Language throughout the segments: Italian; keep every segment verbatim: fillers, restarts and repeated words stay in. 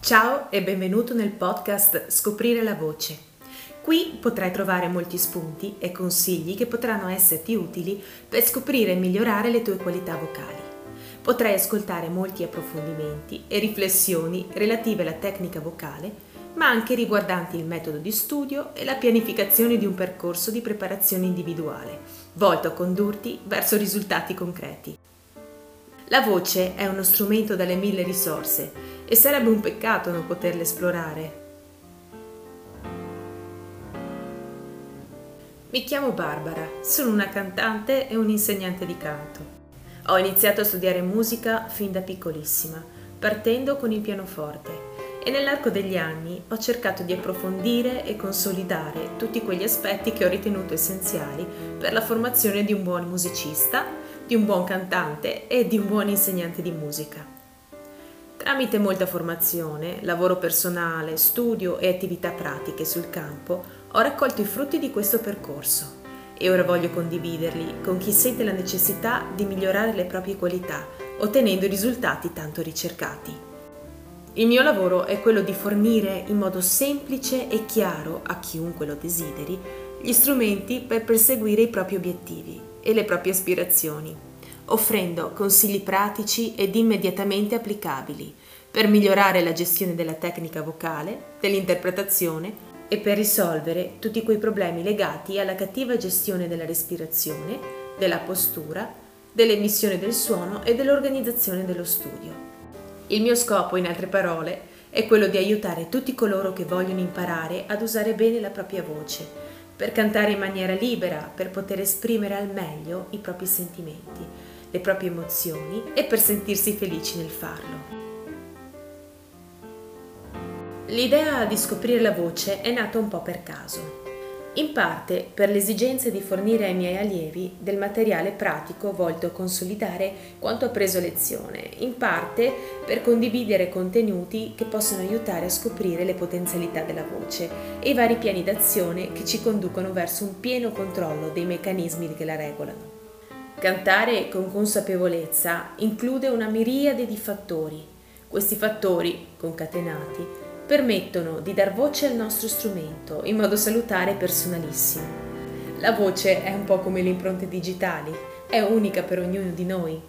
Ciao e benvenuto nel podcast Scoprire la voce. Qui potrai trovare molti spunti e consigli che potranno esserti utili per scoprire e migliorare le tue qualità vocali. Potrai ascoltare molti approfondimenti e riflessioni relative alla tecnica vocale, ma anche riguardanti il metodo di studio e la pianificazione di un percorso di preparazione individuale, volto a condurti verso risultati concreti. La voce è uno strumento dalle mille risorse e sarebbe un peccato non poterle esplorare. Mi chiamo Barbara, sono una cantante e un'insegnante di canto. Ho iniziato a studiare musica fin da piccolissima, partendo con il pianoforte, e nell'arco degli anni ho cercato di approfondire e consolidare tutti quegli aspetti che ho ritenuto essenziali per la formazione di un buon musicista, di un buon cantante e di un buon insegnante di musica. Tramite molta formazione, lavoro personale, studio e attività pratiche sul campo, ho raccolto i frutti di questo percorso e ora voglio condividerli con chi sente la necessità di migliorare le proprie qualità, ottenendo i risultati tanto ricercati. Il mio lavoro è quello di fornire in modo semplice e chiaro a chiunque lo desideri gli strumenti per perseguire i propri obiettivi e le proprie aspirazioni, offrendo consigli pratici ed immediatamente applicabili per migliorare la gestione della tecnica vocale, dell'interpretazione e per risolvere tutti quei problemi legati alla cattiva gestione della respirazione, della postura, dell'emissione del suono e dell'organizzazione dello studio. Il mio scopo, in altre parole, è quello di aiutare tutti coloro che vogliono imparare ad usare bene la propria voce, per cantare in maniera libera, per poter esprimere al meglio i propri sentimenti, le proprie emozioni e per sentirsi felici nel farlo. L'idea di scoprire la voce è nata un po' per caso. In parte per l'esigenza di fornire ai miei allievi del materiale pratico volto a consolidare quanto appreso a lezione, in parte per condividere contenuti che possono aiutare a scoprire le potenzialità della voce e i vari piani d'azione che ci conducono verso un pieno controllo dei meccanismi che la regolano. Cantare con consapevolezza include una miriade di fattori. Questi fattori, concatenati, permettono di dar voce al nostro strumento in modo salutare e personalissimo. La voce è un po' come le impronte digitali, è unica per ognuno di noi.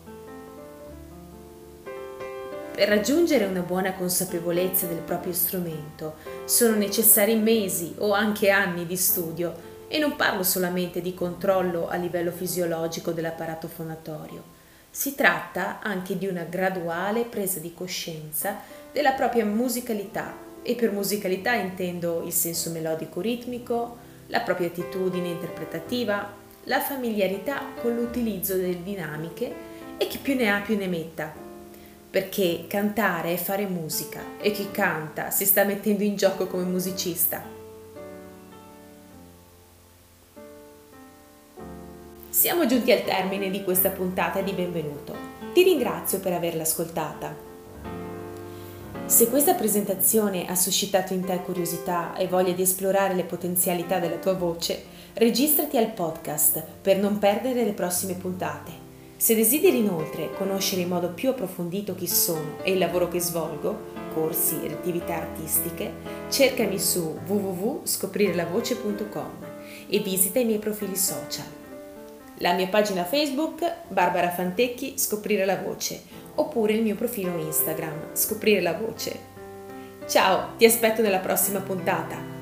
Per raggiungere una buona consapevolezza del proprio strumento sono necessari mesi o anche anni di studio e non parlo solamente di controllo a livello fisiologico dell'apparato fonatorio. Si tratta anche di una graduale presa di coscienza della propria musicalità, e per musicalità intendo il senso melodico ritmico, la propria attitudine interpretativa, la familiarità con l'utilizzo delle dinamiche e chi più ne ha più ne metta. Perché cantare è fare musica e chi canta si sta mettendo in gioco come musicista. Siamo giunti al termine di questa puntata di benvenuto. Ti ringrazio per averla ascoltata. Se questa presentazione ha suscitato in te curiosità e voglia di esplorare le potenzialità della tua voce, registrati al podcast per non perdere le prossime puntate. Se desideri inoltre conoscere in modo più approfondito chi sono e il lavoro che svolgo, corsi e attività artistiche, cercami su w w w punto scoprire la voce punto com e visita i miei profili social. La mia pagina Facebook, Barbara Fantecchi, Scoprire la voce, oppure il mio profilo Instagram, Scoprire la voce. Ciao, ti aspetto nella prossima puntata!